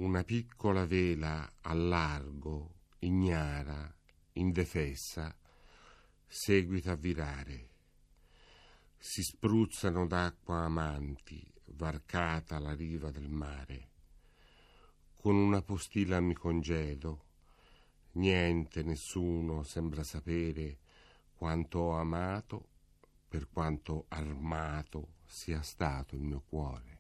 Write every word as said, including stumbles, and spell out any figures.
una piccola vela al largo, ignara, indefessa, seguita a virare. Si spruzzano d'acqua amanti, varcata la riva del mare. Con una postilla mi congedo, niente, nessuno sembra sapere quanto ho amato, per quanto armato sia stato il mio cuore.